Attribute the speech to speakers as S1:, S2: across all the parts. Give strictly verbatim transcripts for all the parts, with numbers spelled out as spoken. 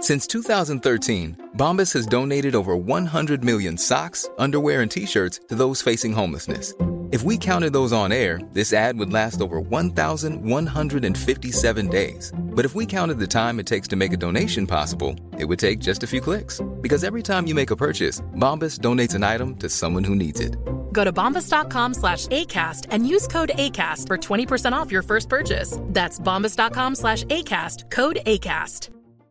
S1: Since two thousand thirteen, Bombas has donated over one hundred million socks, underwear, and T-shirts to those facing homelessness. If we counted those on air, this ad would last over one thousand one hundred fifty-seven days. But if we counted the time it takes to make a donation possible, it would take just a few clicks. Because every time you make a purchase, Bombas donates an item to someone who needs it.
S2: Go to bombas.com slash ACAST and use code ACAST for twenty percent off your first purchase. That's bombas.com slash ACAST, code ACAST.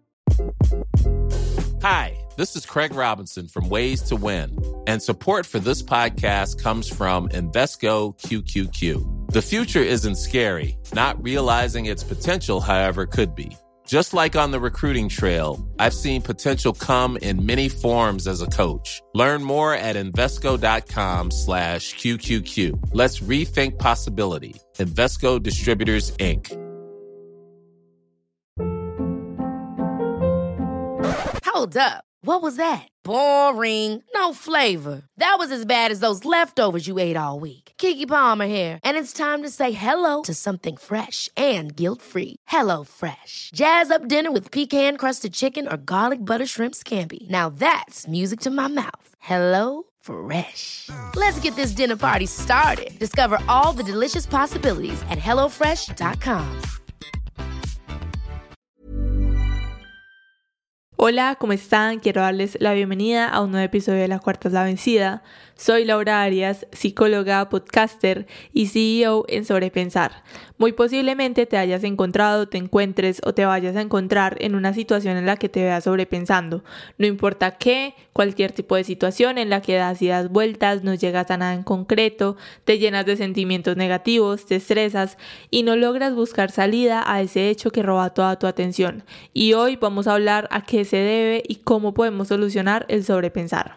S3: Hi, this is Craig Robinson from Ways to Win, and support for this podcast comes from Invesco Q Q Q. The future isn't scary. Not realizing its potential, however, could be. Just like on the recruiting trail, I've seen potential come in many forms as a coach. Learn more at Invesco.com slash QQQ. Let's rethink possibility. Invesco Distributors, Incorporated.
S4: Hold up. What was that? Boring. No flavor. That was as bad as those leftovers you ate all week. Keke Palmer here, and it's time to say hello to something fresh and guilt-free. Hello Fresh. Jazz up dinner with pecan-crusted chicken or garlic butter shrimp scampi. Now that's music to my mouth. Hello Fresh. Let's get this dinner party started. Discover all the delicious possibilities at hello fresh dot com.
S5: Hola, ¿cómo están? Quiero darles la bienvenida a un nuevo episodio de La Cuarta es la Vencida. Soy Laura Arias, psicóloga, podcaster y C E O en Sobrepensar. Muy posiblemente te hayas encontrado, te encuentres o te vayas a encontrar en una situación en la que te veas sobrepensando. No importa qué, cualquier tipo de situación en la que das y das vueltas, no llegas a nada en concreto, te llenas de sentimientos negativos, te estresas y no logras buscar salida a ese hecho que roba toda tu atención. Y hoy vamos a hablar a qué se debe y cómo podemos solucionar el sobrepensar.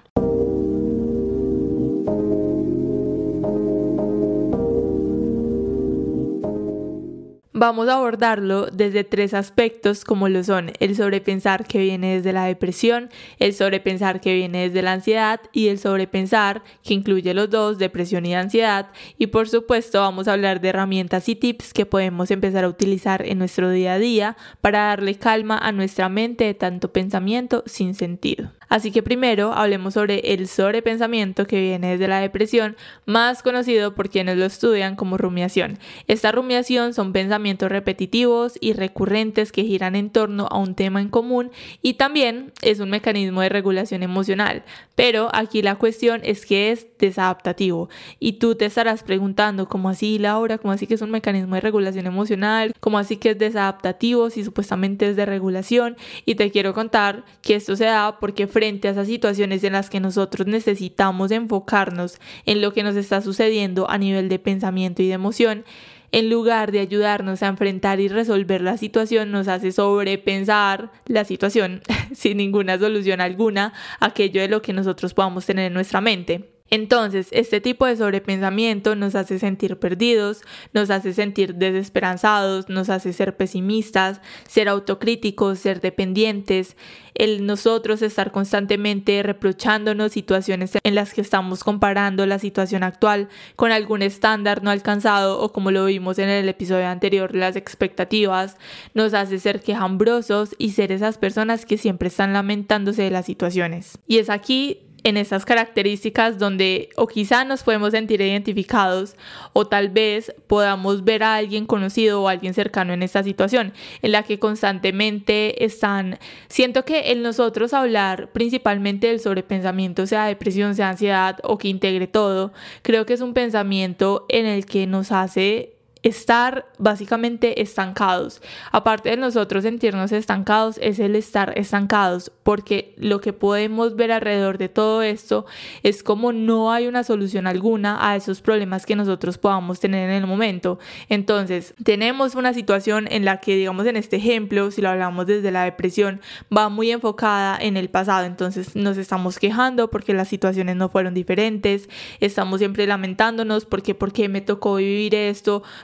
S5: Vamos a abordarlo desde tres aspectos como lo son el sobrepensar que viene desde la depresión, el sobrepensar que viene desde la ansiedad y el sobrepensar que incluye los dos, depresión y ansiedad. Y por supuesto vamos a hablar de herramientas y tips que podemos empezar a utilizar en nuestro día a día para darle calma a nuestra mente de tanto pensamiento sin sentido. Así que primero hablemos sobre el sobrepensamiento que viene desde la depresión, más conocido por quienes lo estudian como rumiación. Esta rumiación son pensamientos repetitivos y recurrentes que giran en torno a un tema en común y también es un mecanismo de regulación emocional. Pero aquí la cuestión es que es desadaptativo y tú te estarás preguntando ¿cómo así, Laura? ¿Cómo así que es un mecanismo de regulación emocional? ¿Cómo así que es desadaptativo si supuestamente es de regulación? Y te quiero contar que esto se da porque frente a esas situaciones en las que nosotros necesitamos enfocarnos en lo que nos está sucediendo a nivel de pensamiento y de emoción, en lugar de ayudarnos a enfrentar y resolver la situación, nos hace sobrepensar la situación sin ninguna solución alguna, aquello de lo que nosotros podamos tener en nuestra mente. Entonces, este tipo de sobrepensamiento nos hace sentir perdidos, nos hace sentir desesperanzados, nos hace ser pesimistas, ser autocríticos, ser dependientes, el nosotros estar constantemente reprochándonos situaciones en las que estamos comparando la situación actual con algún estándar no alcanzado o como lo vimos en el episodio anterior, las expectativas, nos hace ser quejambrosos y ser esas personas que siempre están lamentándose de las situaciones. Y es aquí en esas características donde o quizá nos podemos sentir identificados o tal vez podamos ver a alguien conocido o a alguien cercano en esta situación en la que constantemente están. Siento que el nosotros hablar principalmente del sobrepensamiento, sea depresión, sea ansiedad o que integre todo, creo que es un pensamiento en el que nos hace estar básicamente estancados. Aparte de nosotros sentirnos estancados, es el estar estancados, porque lo que podemos ver alrededor de todo esto es como no hay una solución alguna a esos problemas que nosotros podamos tener en el momento. Entonces, tenemos una situación en la que, digamos en este ejemplo, si lo hablamos desde la depresión, va muy enfocada en el pasado. Entonces, nos estamos quejando porque las situaciones no fueron diferentes, estamos siempre lamentándonos porque ¿por qué me tocó vivir esto?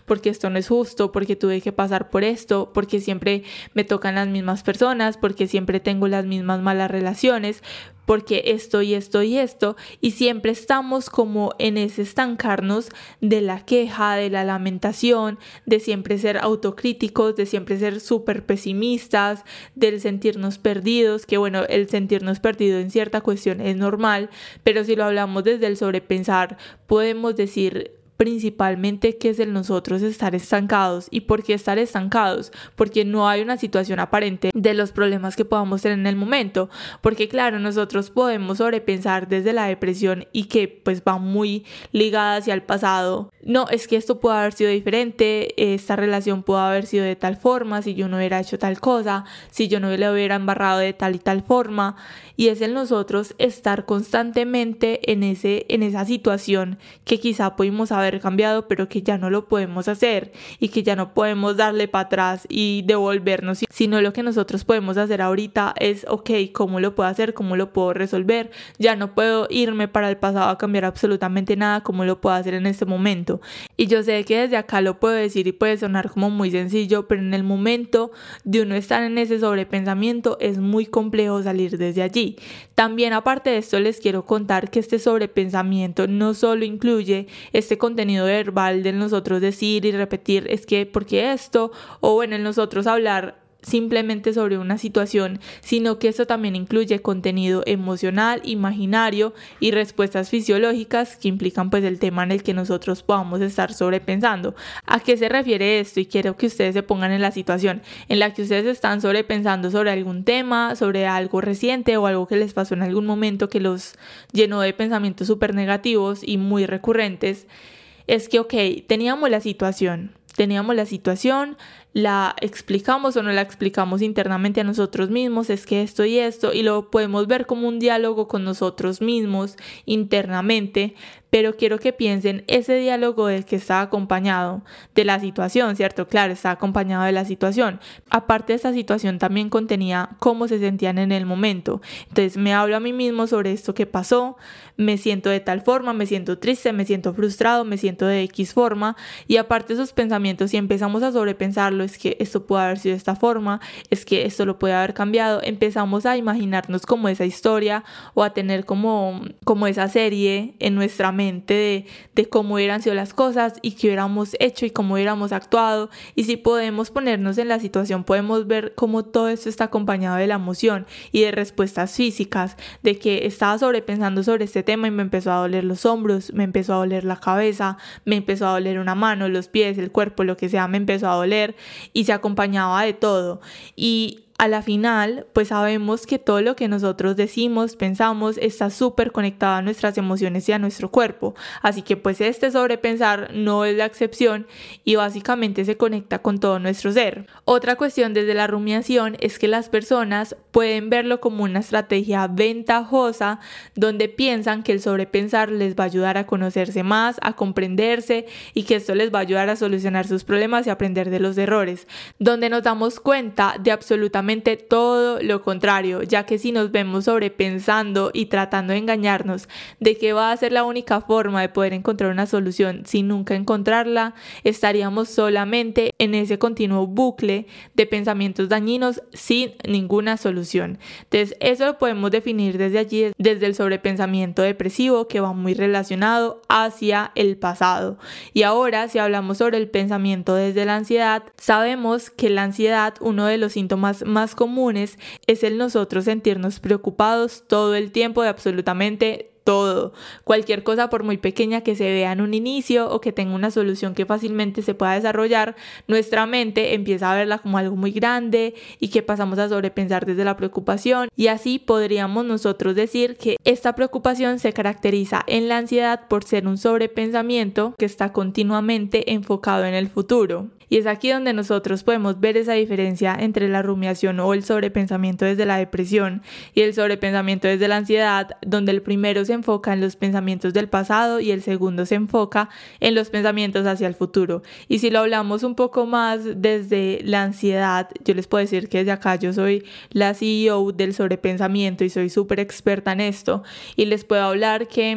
S5: porque esto no es justo, porque tuve que pasar por esto, porque siempre me tocan las mismas personas, porque siempre tengo las mismas malas relaciones, porque esto y esto y esto, y siempre estamos como en ese estancarnos de la queja, de la lamentación, de siempre ser autocríticos, de siempre ser súper pesimistas, del sentirnos perdidos, que bueno, el sentirnos perdidos en cierta cuestión es normal, pero si lo hablamos desde el sobrepensar, podemos decir principalmente que es el nosotros estar estancados. ¿Y por qué estar estancados? Porque no hay una situación aparente de los problemas que podamos tener en el momento, porque claro, nosotros podemos sobrepensar desde la depresión y que pues va muy ligada hacia el pasado. No, es que esto pudo haber sido diferente, esta relación pudo haber sido de tal forma, si yo no hubiera hecho tal cosa, si yo no le hubiera embarrado de tal y tal forma, y es el nosotros estar constantemente en ese, en esa situación que quizá pudimos haber cambiado, pero que ya no lo podemos hacer y que ya no podemos darle para atrás y devolvernos, sino lo que nosotros podemos hacer ahorita es, ok, ¿cómo lo puedo hacer? ¿Cómo lo puedo resolver? Ya no puedo irme para el pasado a cambiar absolutamente nada, ¿cómo lo puedo hacer en este momento? Y yo sé que desde acá lo puedo decir y puede sonar como muy sencillo, pero en el momento de uno estar en ese sobrepensamiento es muy complejo salir desde allí. También aparte de esto les quiero contar que este sobrepensamiento no solo incluye este contenido verbal de nosotros decir y repetir es que porque esto, o bueno, en nosotros hablar simplemente sobre una situación, sino que esto también incluye contenido emocional, imaginario y respuestas fisiológicas que implican pues el tema en el que nosotros podamos estar sobrepensando. ¿A qué se refiere esto? Y quiero que ustedes se pongan en la situación en la que ustedes están sobrepensando sobre algún tema, sobre algo reciente o algo que les pasó en algún momento que los llenó de pensamientos súper negativos y muy recurrentes. Es que ok, teníamos la situación, teníamos la situación, la explicamos o no la explicamos internamente a nosotros mismos, es que esto y esto, y lo podemos ver como un diálogo con nosotros mismos internamente, pero quiero que piensen ese diálogo del que está acompañado de la situación, ¿cierto? Claro, está acompañado de la situación. Aparte de esta situación también contenía cómo se sentían en el momento. Entonces me hablo a mí mismo sobre esto que pasó, me siento de tal forma, me siento triste, me siento frustrado, me siento de X forma, y aparte de esos pensamientos, si empezamos a sobrepensarlo, es que esto puede haber sido de esta forma, es que esto lo puede haber cambiado, empezamos a imaginarnos como esa historia o a tener como, como esa serie en nuestra mente de, de cómo hubieran sido las cosas y qué hubiéramos hecho y cómo hubiéramos actuado. Y si podemos ponernos en la situación, podemos ver cómo todo esto está acompañado de la emoción y de respuestas físicas, de que estaba sobrepensando sobre este tema y me empezó a doler los hombros, me empezó a doler la cabeza, me empezó a doler una mano, los pies, el cuerpo, lo que sea, me empezó a doler, y se acompañaba de todo. Y a la final, pues sabemos que todo lo que nosotros decimos, pensamos, está súper conectado a nuestras emociones y a nuestro cuerpo. Así que pues este sobrepensar no es la excepción y básicamente se conecta con todo nuestro ser. Otra cuestión desde la rumiación es que las personas pueden verlo como una estrategia ventajosa donde piensan que el sobrepensar les va a ayudar a conocerse más, a comprenderse, y que esto les va a ayudar a solucionar sus problemas y aprender de los errores, donde nos damos cuenta de absolutamente todo lo contrario, ya que si nos vemos sobrepensando y tratando de engañarnos de que va a ser la única forma de poder encontrar una solución sin nunca encontrarla, estaríamos solamente en ese continuo bucle de pensamientos dañinos sin ninguna solución. Entonces eso lo podemos definir desde allí, desde el sobrepensamiento depresivo, que va muy relacionado hacia el pasado. Y ahora, si hablamos sobre el pensamiento desde la ansiedad, sabemos que la ansiedad, uno de los síntomas más más comunes, es el nosotros sentirnos preocupados todo el tiempo de absolutamente todo. Cualquier cosa, por muy pequeña que se vea en un inicio o que tenga una solución que fácilmente se pueda desarrollar, nuestra mente empieza a verla como algo muy grande y que pasamos a sobrepensar desde la preocupación, y así podríamos nosotros decir que esta preocupación se caracteriza en la ansiedad por ser un sobrepensamiento que está continuamente enfocado en el futuro. Y es aquí donde nosotros podemos ver esa diferencia entre la rumiación o el sobrepensamiento desde la depresión y el sobrepensamiento desde la ansiedad, donde el primero se enfoca en los pensamientos del pasado y el segundo se enfoca en los pensamientos hacia el futuro. Y si lo hablamos un poco más desde la ansiedad, yo les puedo decir que desde acá yo soy la C E O del sobrepensamiento y soy súper experta en esto, y les puedo hablar que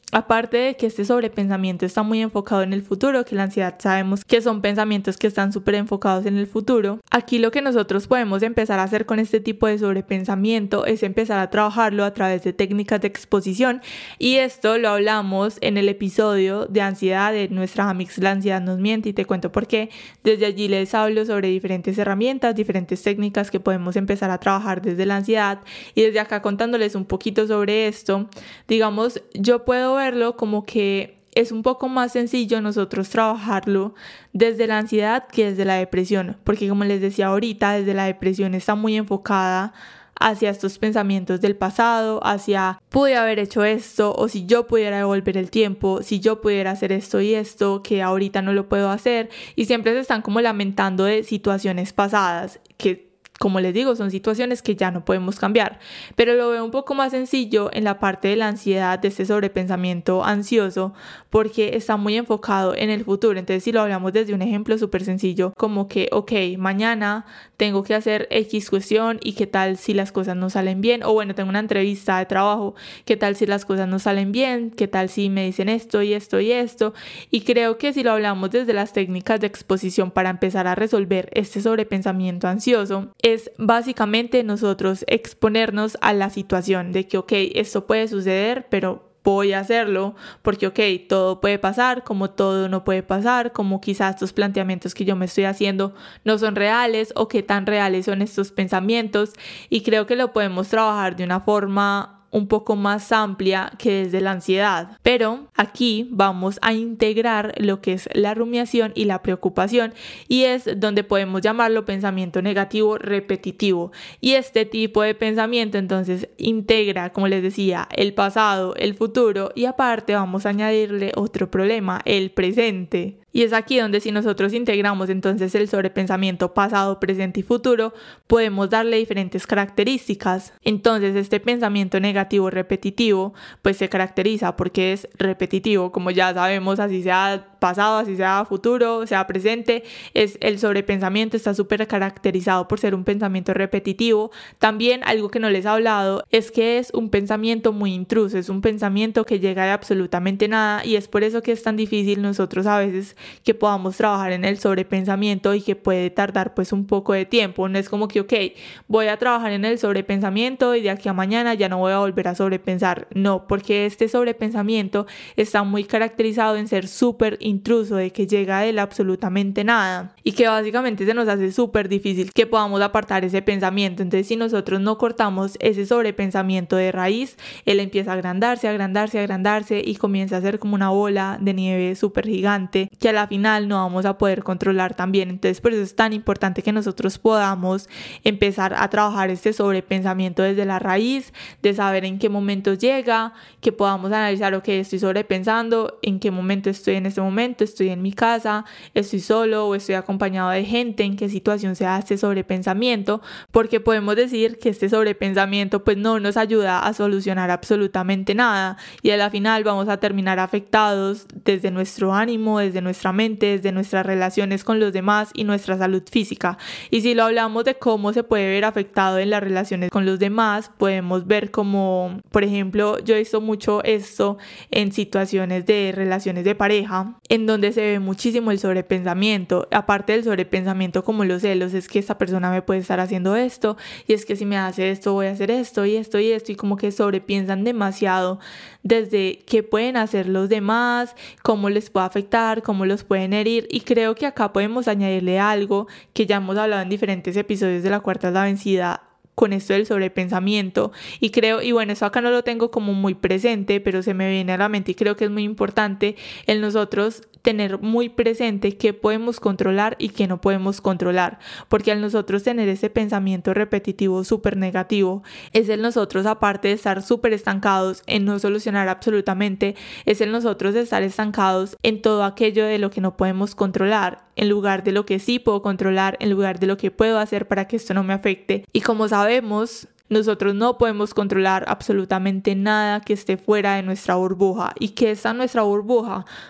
S5: aparte de que este sobrepensamiento está muy enfocado en el futuro, que la ansiedad sabemos que son pensamientos que están súper enfocados en el futuro, aquí lo que nosotros podemos empezar a hacer con este tipo de sobrepensamiento es empezar a trabajarlo a través de técnicas de exposición, y esto lo hablamos en el episodio de ansiedad de nuestra Amix La Ansiedad Nos Miente, y te cuento por qué. Desde allí les hablo sobre diferentes herramientas, diferentes técnicas que podemos empezar a trabajar desde la ansiedad, y desde acá contándoles un poquito sobre esto, digamos, yo puedo verlo como que es un poco más sencillo nosotros trabajarlo desde la ansiedad que desde la depresión, porque como les decía ahorita, desde la depresión está muy enfocada hacia estos pensamientos del pasado, hacia pude haber hecho esto, o si yo pudiera devolver el tiempo, si yo pudiera hacer esto y esto, que ahorita no lo puedo hacer, y siempre se están como lamentando de situaciones pasadas que, como les digo, son situaciones que ya no podemos cambiar, pero lo veo un poco más sencillo en la parte de la ansiedad, de este sobrepensamiento ansioso, porque está muy enfocado en el futuro. Entonces, si lo hablamos desde un ejemplo súper sencillo, como que, ok, mañana tengo que hacer X cuestión, y qué tal si las cosas no salen bien, o bueno, tengo una entrevista de trabajo, qué tal si las cosas no salen bien, qué tal si me dicen esto y esto y esto, y creo que si lo hablamos desde las técnicas de exposición para empezar a resolver este sobrepensamiento ansioso, es básicamente nosotros exponernos a la situación de que, ok, esto puede suceder, pero voy a hacerlo porque, ok, todo puede pasar, como todo no puede pasar, como quizás estos planteamientos que yo me estoy haciendo no son reales, o qué tan reales son estos pensamientos, y creo que lo podemos trabajar de una forma un poco más amplia que desde la ansiedad. Pero aquí vamos a integrar lo que es la rumiación y la preocupación, y es donde podemos llamarlo pensamiento negativo repetitivo. Y este tipo de pensamiento entonces integra, como les decía, el pasado, el futuro, y aparte vamos a añadirle otro problema, el presente. Y es aquí donde, si nosotros integramos entonces el sobrepensamiento pasado, presente y futuro, podemos darle diferentes características. Entonces este pensamiento negativo repetitivo pues se caracteriza porque es repetitivo, como ya sabemos, así sea pasado, así sea futuro, sea presente, es el sobrepensamiento está súper caracterizado por ser un pensamiento repetitivo. También algo que no les he hablado es que es un pensamiento muy intruso, es un pensamiento que llega de absolutamente nada, y es por eso que es tan difícil nosotros a veces que podamos trabajar en el sobrepensamiento, y que puede tardar pues un poco de tiempo. No es como que, ok, voy a trabajar en el sobrepensamiento y de aquí a mañana ya no voy a volver a sobrepensar. No, porque este sobrepensamiento está muy caracterizado en ser súper intruso, de que llega de absolutamente nada, y que básicamente se nos hace súper difícil que podamos apartar ese pensamiento. Entonces, si nosotros no cortamos ese sobrepensamiento de raíz, él empieza a agrandarse, agrandarse, agrandarse, y comienza a ser como una bola de nieve súper gigante que a la final no vamos a poder controlar también. Entonces, por eso es tan importante que nosotros podamos empezar a trabajar este sobrepensamiento desde la raíz, de saber en qué momento llega, que podamos analizar, ok, estoy sobrepensando, en qué momento estoy en este momento, estoy en mi casa, estoy solo o estoy acompañado de gente, en qué situación se da este sobrepensamiento, porque podemos decir que este sobrepensamiento pues no nos ayuda a solucionar absolutamente nada, y a la final vamos a terminar afectados desde nuestro ánimo, desde nuestra mente, desde nuestras relaciones con los demás y nuestra salud física. Y si lo hablamos de cómo se puede ver afectado en las relaciones con los demás, podemos ver como, por ejemplo, yo he visto mucho esto en situaciones de relaciones de pareja, en donde se ve muchísimo el sobrepensamiento. Aparte del sobrepensamiento como los celos, es que esta persona me puede estar haciendo esto, y es que si me hace esto voy a hacer esto y esto y esto, y como que sobrepiensan demasiado desde qué pueden hacer los demás, cómo les puede afectar, cómo los pueden herir. Y creo que acá podemos añadirle algo que ya hemos hablado en diferentes episodios de La Cuarta es la Vencida con esto del sobrepensamiento, y creo, y bueno, eso acá no lo tengo como muy presente, pero se me viene a la mente y creo que es muy importante el nosotros tener muy presente qué podemos controlar y qué no podemos controlar, porque al nosotros tener ese pensamiento repetitivo súper negativo, es el nosotros, aparte de estar súper estancados en no solucionar absolutamente, es el nosotros de estar estancados en todo aquello de lo que no podemos controlar, en lugar de lo que sí puedo controlar, en lugar de lo que puedo hacer para que esto no me afecte. Y como sabemos, nosotros no podemos controlar absolutamente nada que esté fuera de nuestra burbuja. ¿Y qué está en nuestra burbuja?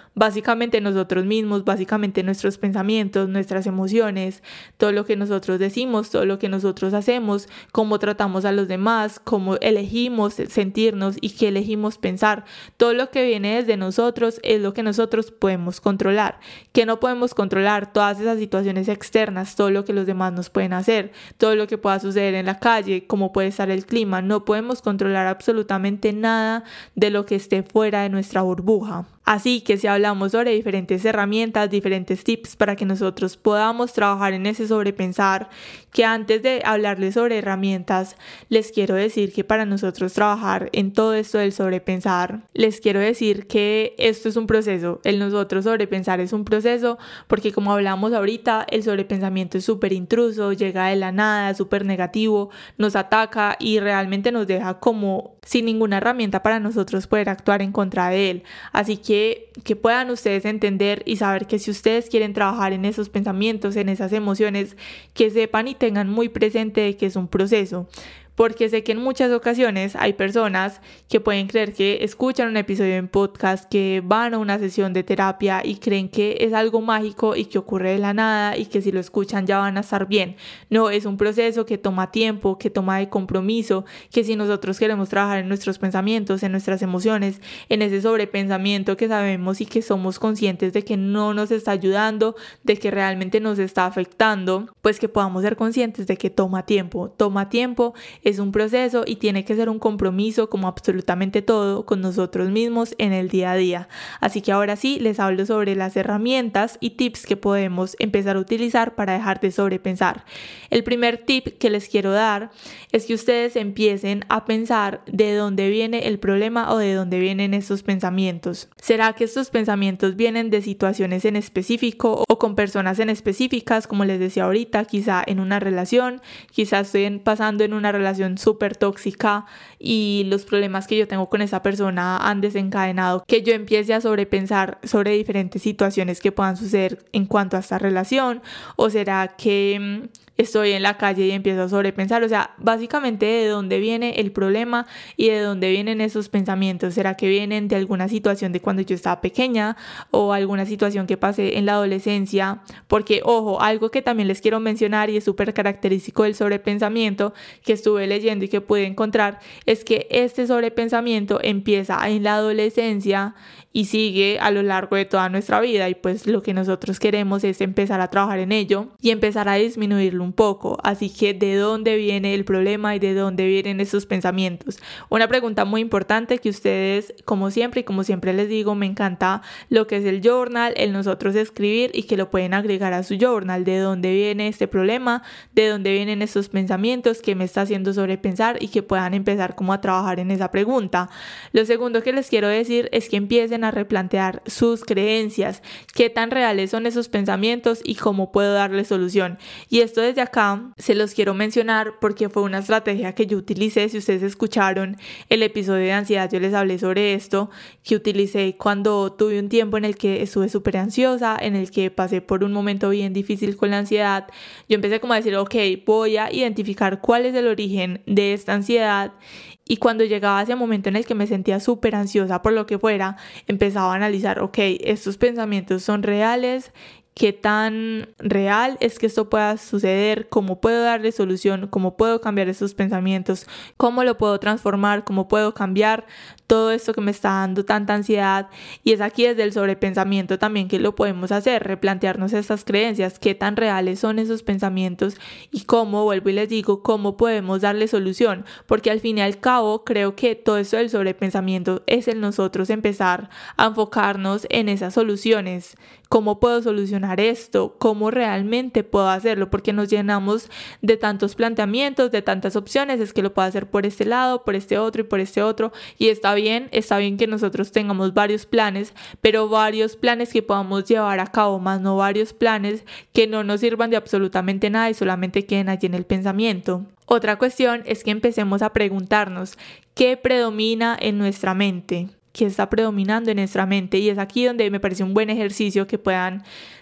S5: básicamente nosotros mismos, básicamente nuestros pensamientos, nuestras emociones, todo lo que nosotros decimos, todo lo que nosotros hacemos, cómo tratamos a los demás, cómo elegimos sentirnos y qué elegimos pensar. Todo lo que viene desde nosotros es lo que nosotros podemos controlar. ¿Qué no podemos controlar? Todas esas situaciones externas, todo lo que los demás nos pueden hacer, todo lo que pueda suceder en la calle, cómo puede estar el clima. No podemos controlar absolutamente nada de lo que esté fuera de nuestra burbuja. Así que si hablamos sobre diferentes herramientas, diferentes tips para que nosotros podamos trabajar en ese sobrepensar, que antes de hablarles sobre herramientas, les quiero decir que para nosotros trabajar en todo esto del sobrepensar, les quiero decir que esto es un proceso. El nosotros sobrepensar es un proceso porque, como hablamos ahorita, el sobrepensamiento es súper intruso, llega de la nada, súper negativo, nos ataca y realmente nos deja como sin ninguna herramienta para nosotros poder actuar en contra de él. Así que que puedan ustedes entender y saber que si ustedes quieren trabajar en esos pensamientos, en esas emociones, que sepan y tengan muy presente que es un proceso. Porque sé que en muchas ocasiones hay personas que pueden creer que escuchan un episodio en podcast, que van a una sesión de terapia y creen que es algo mágico y que ocurre de la nada y que si lo escuchan ya van a estar bien. No, es un proceso que toma tiempo, que toma de compromiso, que si nosotros queremos trabajar en nuestros pensamientos, en nuestras emociones, en ese sobrepensamiento que sabemos y que somos conscientes de que no nos está ayudando, de que realmente nos está afectando, pues que podamos ser conscientes de que toma tiempo, toma tiempo, es un proceso y tiene que ser un compromiso, como absolutamente todo, con nosotros mismos en el día a día. Así que ahora sí les hablo sobre las herramientas y tips que podemos empezar a utilizar para dejar de sobrepensar. El primer tip que les quiero dar es que ustedes empiecen a pensar de dónde viene el problema o de dónde vienen estos pensamientos. ¿Será que estos pensamientos vienen de situaciones en específico o con personas en específicas? Como les decía ahorita, quizá en una relación, quizá estoy pasando en una relación súper tóxica y los problemas que yo tengo con esa persona han desencadenado que yo empiece a sobrepensar sobre diferentes situaciones que puedan suceder en cuanto a esta relación. ¿O será que estoy en la calle y empiezo a sobrepensar? O sea, básicamente de dónde viene el problema y de dónde vienen esos pensamientos. ¿Será que vienen de alguna situación de cuando yo estaba pequeña o alguna situación que pasé en la adolescencia? Porque, ojo, algo que también les quiero mencionar y es súper característico del sobrepensamiento que estuve leyendo y que pude encontrar es que este sobrepensamiento empieza en la adolescencia y sigue a lo largo de toda nuestra vida, y pues lo que nosotros queremos es empezar a trabajar en ello y empezar a disminuirlo un poco. Así que ¿de dónde viene el problema y de dónde vienen esos pensamientos? Una pregunta muy importante que ustedes, como siempre y como siempre les digo, me encanta lo que es el journal, el nosotros escribir y que lo pueden agregar a su journal. ¿De dónde viene este problema? ¿De dónde vienen esos pensamientos que me está haciendo sobrepensar? Y que puedan empezar como a trabajar en esa pregunta. Lo segundo que les quiero decir es que empiecen a replantear sus creencias, qué tan reales son esos pensamientos y cómo puedo darle solución. Y esto desde acá se los quiero mencionar porque fue una estrategia que yo utilicé. Si ustedes escucharon el episodio de ansiedad, yo les hablé sobre esto, que utilicé cuando tuve un tiempo en el que estuve súper ansiosa, en el que pasé por un momento bien difícil con la ansiedad. Yo empecé como a decir, ok, voy a identificar cuál es el origen de esta ansiedad. Y cuando llegaba ese momento en el que me sentía súper ansiosa por lo que fuera, empezaba a analizar, ok, estos pensamientos son reales, qué tan real es que esto pueda suceder, cómo puedo darle solución, cómo puedo cambiar esos pensamientos, cómo lo puedo transformar, cómo puedo cambiar todo esto que me está dando tanta ansiedad. Y es aquí desde el sobrepensamiento también que lo podemos hacer, replantearnos estas creencias, qué tan reales son esos pensamientos y cómo, vuelvo y les digo, cómo podemos darle solución, porque al fin y al cabo creo que todo esto del sobrepensamiento es el nosotros empezar a enfocarnos en esas soluciones. ¿Cómo puedo solucionar esto? ¿Cómo realmente puedo hacerlo? Porque nos llenamos de tantos planteamientos, de tantas opciones, es que lo puedo hacer por este lado, por este otro y por este otro, y está bien, está bien que nosotros tengamos varios planes, pero varios planes que podamos llevar a cabo, más no varios planes que no nos sirvan de absolutamente nada y solamente queden allí en el pensamiento. Otra cuestión es que empecemos a preguntarnos qué predomina en nuestra mente. Que está predominando en nuestra mente, y es aquí donde me parece un buen ejercicio que puedan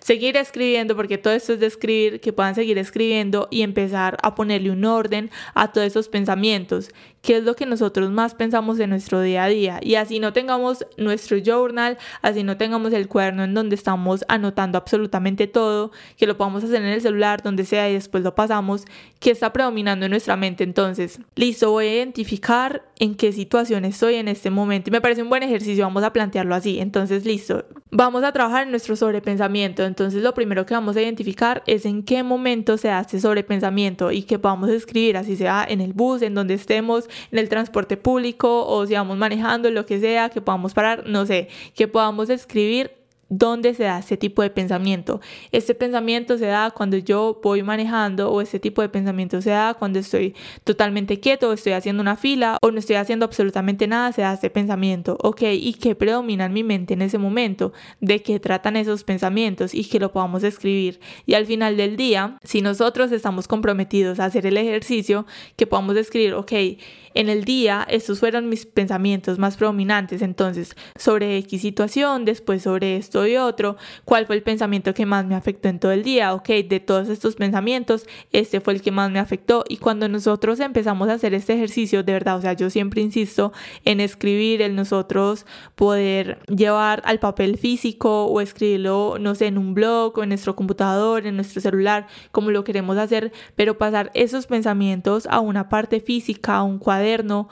S5: seguir escribiendo, porque todo esto es de escribir, que puedan seguir escribiendo y empezar a ponerle un orden a todos esos pensamientos. ¿Qué es lo que nosotros más pensamos en nuestro día a día? Y así no tengamos nuestro journal, así no tengamos el cuaderno en donde estamos anotando absolutamente todo, que lo podamos hacer en el celular, donde sea, y después lo pasamos. ¿Qué está predominando en nuestra mente? Entonces, listo, voy a identificar en qué situación estoy en este momento. Y me parece un buen ejercicio, vamos a plantearlo así. Entonces, listo, vamos a trabajar en nuestro sobrepensamiento. Entonces, lo primero que vamos a identificar es en qué momento se hace sobrepensamiento y que podamos escribir, así sea en el bus, en donde estemos, en el transporte público, o si vamos manejando, lo que sea, que podamos parar, no sé, que podamos escribir dónde se da este tipo de pensamiento. Este pensamiento se da cuando yo voy manejando, o este tipo de pensamiento se da cuando estoy totalmente quieto, o estoy haciendo una fila, o no estoy haciendo absolutamente nada, se da este pensamiento. Ok, ¿y qué predomina en mi mente en ese momento? ¿De qué tratan esos pensamientos? Y que lo podamos escribir. Y al final del día, si nosotros estamos comprometidos a hacer el ejercicio, que podamos escribir, ok, en el día estos fueron mis pensamientos más predominantes, entonces sobre X situación, después sobre esto y otro, ¿cuál fue el pensamiento que más me afectó en todo el día? Ok, de todos estos pensamientos, este fue el que más me afectó. Y cuando nosotros empezamos a hacer este ejercicio, de verdad, o sea, yo siempre insisto en escribir, en nosotros poder llevar al papel físico o escribirlo, no sé, en un blog o en nuestro computador, en nuestro celular, como lo queremos hacer, pero pasar esos pensamientos a una parte física, a un cuaderno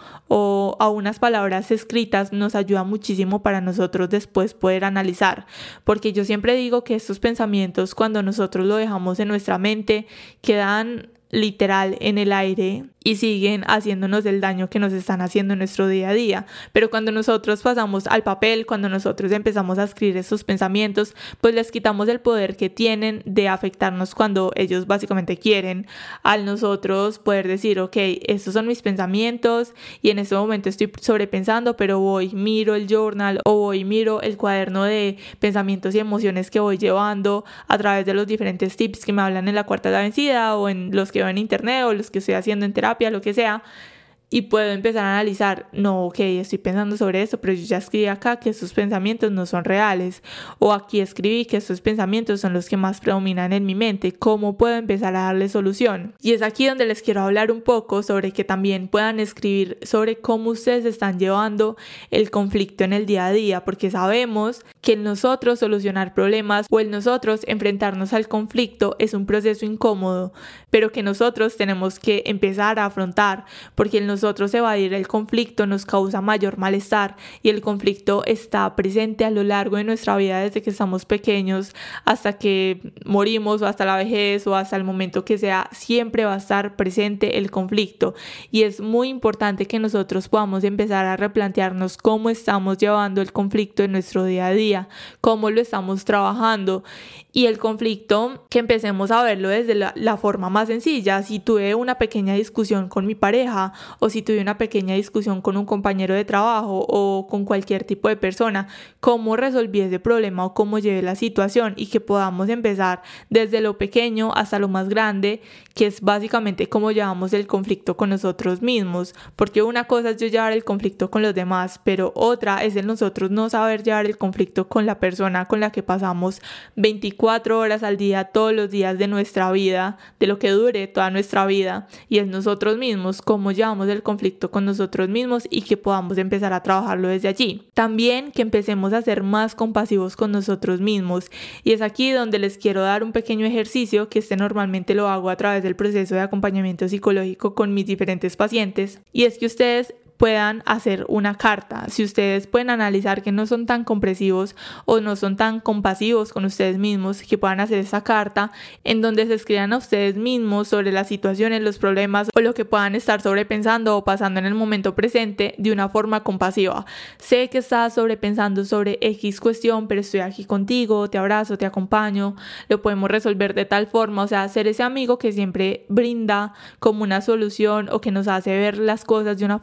S5: o a unas palabras escritas, nos ayuda muchísimo para nosotros después poder analizar, porque yo siempre digo que estos pensamientos, cuando nosotros lo dejamos en nuestra mente, quedan literal en el aire y siguen haciéndonos el daño que nos están haciendo en nuestro día a día. Pero cuando nosotros pasamos al papel, cuando nosotros empezamos a escribir esos pensamientos, pues les quitamos el poder que tienen de afectarnos cuando ellos básicamente quieren, al nosotros poder decir, ok, estos son mis pensamientos y en este momento estoy sobrepensando, pero voy, miro el journal o voy, miro el cuaderno de pensamientos y emociones que voy llevando a través de los diferentes tips que me hablan en la Cuarta de la Vencida, o en los que veo en internet, o los que estoy haciendo en terapia, lo que sea, y puedo empezar a analizar, no, ok, estoy pensando sobre esto, pero yo ya escribí acá que estos pensamientos no son reales, o aquí escribí que estos pensamientos son los que más predominan en mi mente. ¿Cómo puedo empezar a darle solución? Y es aquí donde les quiero hablar un poco sobre que también puedan escribir sobre cómo ustedes están llevando el conflicto en el día a día, porque sabemos que el nosotros solucionar problemas o el nosotros enfrentarnos al conflicto es un proceso incómodo, pero que nosotros tenemos que empezar a afrontar, porque el nosotros evadir el conflicto nos causa mayor malestar, y el conflicto está presente a lo largo de nuestra vida desde que estamos pequeños hasta que morimos, o hasta la vejez, o hasta el momento que sea, siempre va a estar presente el conflicto. Y es muy importante que nosotros podamos empezar a replantearnos cómo estamos llevando el conflicto en nuestro día a día, cómo lo estamos trabajando, y el conflicto que empecemos a verlo desde la, la forma más sencilla. Si tuve una pequeña discusión con mi pareja, o si tuve una pequeña discusión con un compañero de trabajo o con cualquier tipo de persona, cómo resolví ese problema o cómo llevé la situación, y que podamos empezar desde lo pequeño hasta lo más grande, que es básicamente cómo llevamos el conflicto con nosotros mismos, porque una cosa es yo llevar el conflicto con los demás, pero otra es el nosotros no saber llevar el conflicto con la persona con la que pasamos veinticuatro horas al día, todos los días de nuestra vida, de lo que dure toda nuestra vida, y es nosotros mismos, cómo llevamos el conflicto con nosotros mismos, y que podamos empezar a trabajarlo desde allí. También que empecemos a ser más compasivos con nosotros mismos, y es aquí donde les quiero dar un pequeño ejercicio que este normalmente lo hago a través del proceso de acompañamiento psicológico con mis diferentes pacientes, y es que ustedes puedan hacer una carta. Si ustedes pueden analizar que no son tan comprensivos o no son tan compasivos con ustedes mismos, que puedan hacer esa carta en donde se escriban a ustedes mismos sobre las situaciones, los problemas o lo que puedan estar sobrepensando o pasando en el momento presente de una forma compasiva. Sé que estás sobrepensando sobre X cuestión, pero estoy aquí contigo, te abrazo, te acompaño, lo podemos resolver de tal forma. O sea, ser ese amigo que siempre brinda como una solución o que nos hace ver las cosas de una forma diferente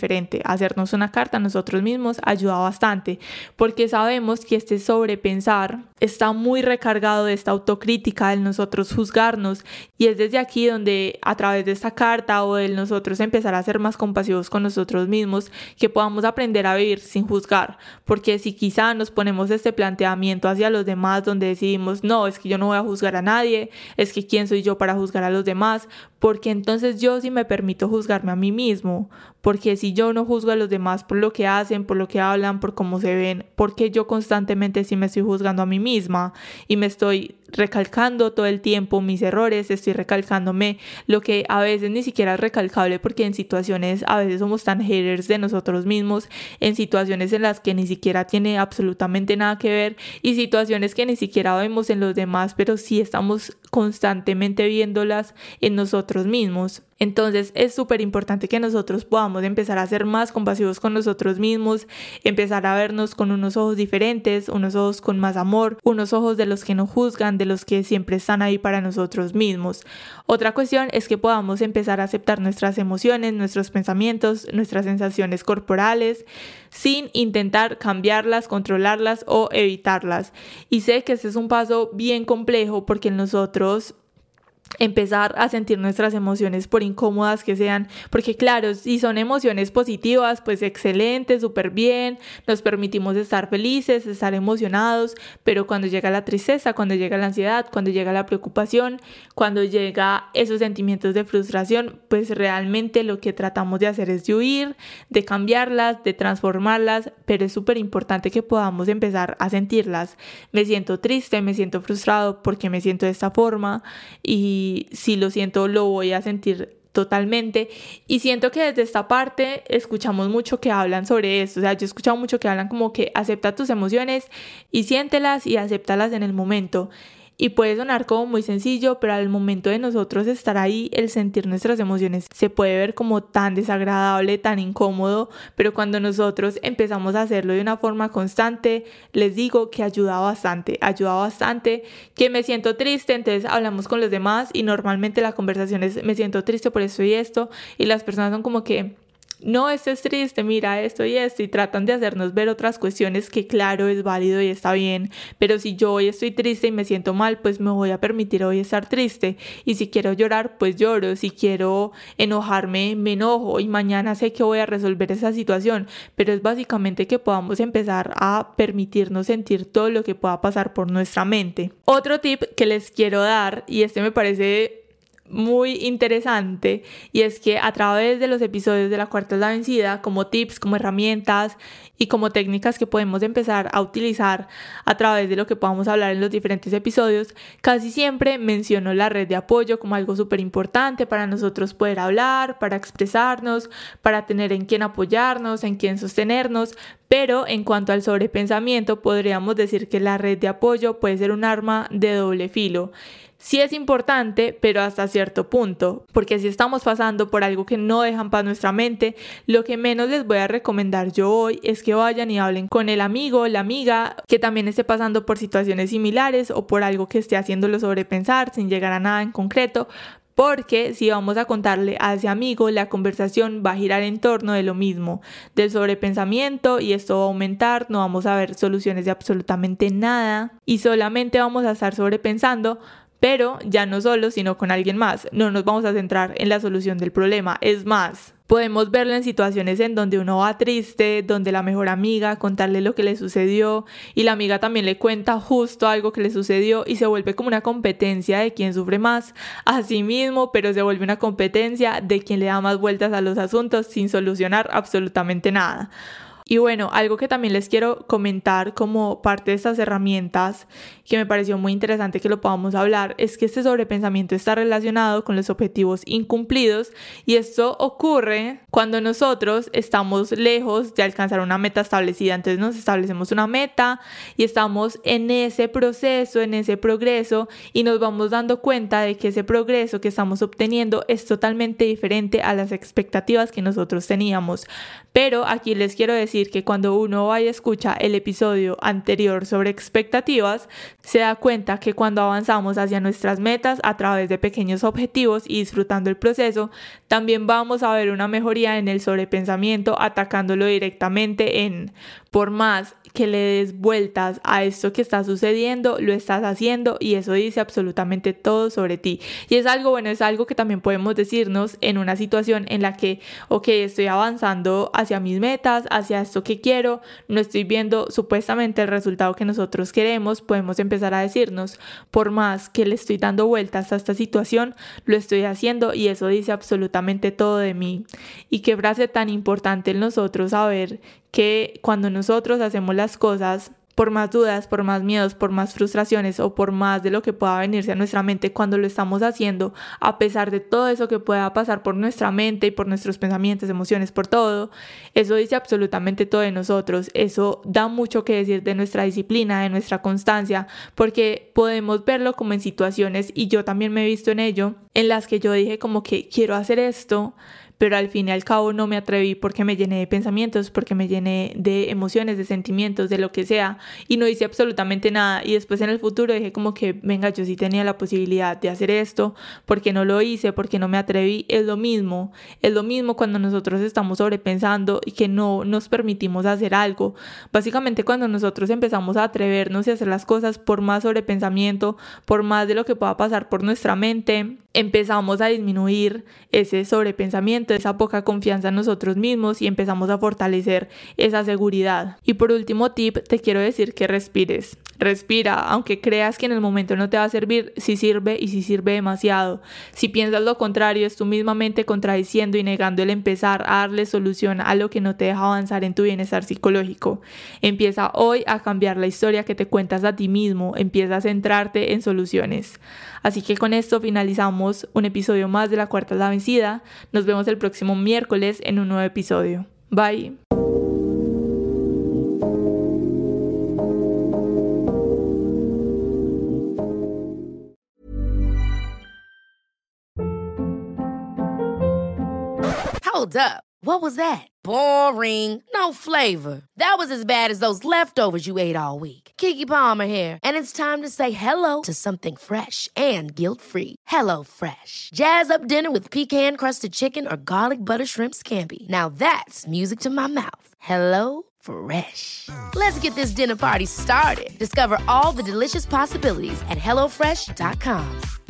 S5: diferente. Hacernos una carta a nosotros mismos ayuda bastante, porque sabemos que este sobrepensar está muy recargado de esta autocrítica, de nosotros juzgarnos, y es desde aquí donde a través de esta carta o de nosotros empezar a ser más compasivos con nosotros mismos, que podamos aprender a vivir sin juzgar, porque si quizá nos ponemos este planteamiento hacia los demás donde decidimos, no, es que yo no voy a juzgar a nadie, es que quién soy yo para juzgar a los demás, porque entonces yo sí me permito juzgarme a mí mismo, porque si yo no juzgo a los demás por lo que hacen, por lo que hablan, por cómo se ven, porque yo constantemente sí me estoy juzgando a mí misma y me estoy recalcando todo el tiempo mis errores, estoy recalcándome lo que a veces ni siquiera es recalcable, porque en situaciones a veces somos tan haters de nosotros mismos, en situaciones en las que ni siquiera tiene absolutamente nada que ver y situaciones que ni siquiera vemos en los demás, pero sí estamos constantemente viéndolas en nosotros mismos. Entonces es súper importante que nosotros podamos empezar a ser más compasivos con nosotros mismos, empezar a vernos con unos ojos diferentes, unos ojos con más amor, unos ojos de los que no juzgan, de los que siempre están ahí para nosotros mismos. Otra cuestión es que podamos empezar a aceptar nuestras emociones, nuestros pensamientos, nuestras sensaciones corporales, sin intentar cambiarlas, controlarlas o evitarlas. Y sé que este es un paso bien complejo, porque nosotros empezar a sentir nuestras emociones, por incómodas que sean, porque claro, si son emociones positivas, pues excelente, súper bien, nos permitimos estar felices, estar emocionados, pero cuando llega la tristeza, cuando llega la ansiedad, cuando llega la preocupación, cuando llega esos sentimientos de frustración, pues realmente lo que tratamos de hacer es de huir, de cambiarlas, de transformarlas, pero es súper importante que podamos empezar a sentirlas. Me siento triste, me siento frustrado porque me siento de esta forma, y Y si lo siento, lo voy a sentir totalmente. Y siento que desde esta parte escuchamos mucho que hablan sobre esto. O sea, yo he escuchado mucho que hablan como que acepta tus emociones y siéntelas y acéptalas en el momento. Y puede sonar como muy sencillo, pero al momento de nosotros estar ahí, el sentir nuestras emociones se puede ver como tan desagradable, tan incómodo, pero cuando nosotros empezamos a hacerlo de una forma constante, les digo que ayuda bastante, ayuda bastante, que me siento triste, entonces hablamos con los demás y normalmente la conversación es me siento triste por esto y esto, y las personas son como que no, esto es triste, mira esto y esto, y tratan de hacernos ver otras cuestiones que claro es válido y está bien, pero si yo hoy estoy triste y me siento mal, pues me voy a permitir hoy estar triste, y si quiero llorar, pues lloro, si quiero enojarme, me enojo, y mañana sé que voy a resolver esa situación, pero es básicamente que podamos empezar a permitirnos sentir todo lo que pueda pasar por nuestra mente. Otro tip que les quiero dar, y este me parece muy interesante, y es que a través de los episodios de La Cuarta es la Vencida, como tips, como herramientas y como técnicas que podemos empezar a utilizar a través de lo que podamos hablar en los diferentes episodios, casi siempre menciono la red de apoyo como algo súper importante para nosotros poder hablar, para expresarnos, para tener en quién apoyarnos, en quién sostenernos. Pero en cuanto al sobrepensamiento, podríamos decir que la red de apoyo puede ser un arma de doble filo. Sí es importante, pero hasta cierto punto, porque si estamos pasando por algo que no deja en paz nuestra mente, lo que menos les voy a recomendar yo hoy es que vayan y hablen con el amigo, la amiga, que también esté pasando por situaciones similares o por algo que esté haciéndolo sobrepensar sin llegar a nada en concreto, porque si vamos a contarle a ese amigo, la conversación va a girar en torno de lo mismo, del sobrepensamiento, y esto va a aumentar, no vamos a ver soluciones de absolutamente nada y solamente vamos a estar sobrepensando, pero ya no solo, sino con alguien más. No nos vamos a centrar en la solución del problema. Es más, podemos verlo en situaciones en donde uno va triste, donde la mejor amiga contarle lo que le sucedió y la amiga también le cuenta justo algo que le sucedió y se vuelve como una competencia de quién sufre más a sí mismo, pero se vuelve una competencia de quién le da más vueltas a los asuntos sin solucionar absolutamente nada. Y bueno, algo que también les quiero comentar como parte de estas herramientas que me pareció muy interesante que lo podamos hablar es que este sobrepensamiento está relacionado con los objetivos incumplidos, y esto ocurre cuando nosotros estamos lejos de alcanzar una meta establecida. Entonces nos establecemos una meta y estamos en ese proceso, en ese progreso, y nos vamos dando cuenta de que ese progreso que estamos obteniendo es totalmente diferente a las expectativas que nosotros teníamos. Pero aquí les quiero decir decir que cuando uno va y escucha el episodio anterior sobre expectativas, se da cuenta que cuando avanzamos hacia nuestras metas a través de pequeños objetivos y disfrutando el proceso, también vamos a ver una mejoría en el sobrepensamiento, atacándolo directamente en: por más que le des vueltas a esto que está sucediendo, lo estás haciendo, y eso dice absolutamente todo sobre ti. Y es algo bueno, es algo que también podemos decirnos en una situación en la que, ok, estoy avanzando hacia mis metas, hacia esto que quiero, no estoy viendo supuestamente el resultado que nosotros queremos. Podemos empezar a decirnos: por más que le estoy dando vueltas a esta situación, lo estoy haciendo, y eso dice absolutamente todo de mí. Y qué frase tan importante en nosotros saber que cuando nosotros hacemos las cosas, por más dudas, por más miedos, por más frustraciones o por más de lo que pueda venirse a nuestra mente, cuando lo estamos haciendo, a pesar de todo eso que pueda pasar por nuestra mente y por nuestros pensamientos, emociones, por todo, eso dice absolutamente todo de nosotros. Eso da mucho que decir de nuestra disciplina, de nuestra constancia, porque podemos verlo como en situaciones, y yo también me he visto en ello, en las que yo dije como que quiero hacer esto, pero al fin y al cabo no me atreví porque me llené de pensamientos, porque me llené de emociones, de sentimientos, de lo que sea, y no hice absolutamente nada. Y después en el futuro dije como que, venga, yo sí tenía la posibilidad de hacer esto, porque no lo hice, porque no me atreví. Es lo mismo, es lo mismo cuando nosotros estamos sobrepensando y que no nos permitimos hacer algo. Básicamente, cuando nosotros empezamos a atrevernos y hacer las cosas por más sobrepensamiento, por más de lo que pueda pasar por nuestra mente, empezamos a disminuir ese sobrepensamiento, esa poca confianza en nosotros mismos, y empezamos a fortalecer esa seguridad. Y por último tip, te quiero decir que respires. Respira, aunque creas que en el momento no te va a servir, sí sirve, y sí sirve demasiado. Si piensas lo contrario, es tú misma mente contradiciendo y negando el empezar a darle solución a lo que no te deja avanzar en tu bienestar psicológico. Empieza hoy a cambiar la historia que te cuentas a ti mismo, empieza a centrarte en soluciones. Así que con esto finalizamos un episodio más de La Cuarta es la Vencida. Nos vemos el próximo miércoles en un nuevo episodio. Bye.
S4: Hold up. What was that? Boring. No flavor. That was as bad as those leftovers you ate all week. Keke Palmer here, and it's time to say hello to something fresh and guilt-free. Hello Fresh. Jazz up dinner with pecan-crusted chicken or garlic butter shrimp scampi. Now that's music to my mouth. Hello Fresh. Let's get this dinner party started. Discover all the delicious possibilities at hello fresh dot com.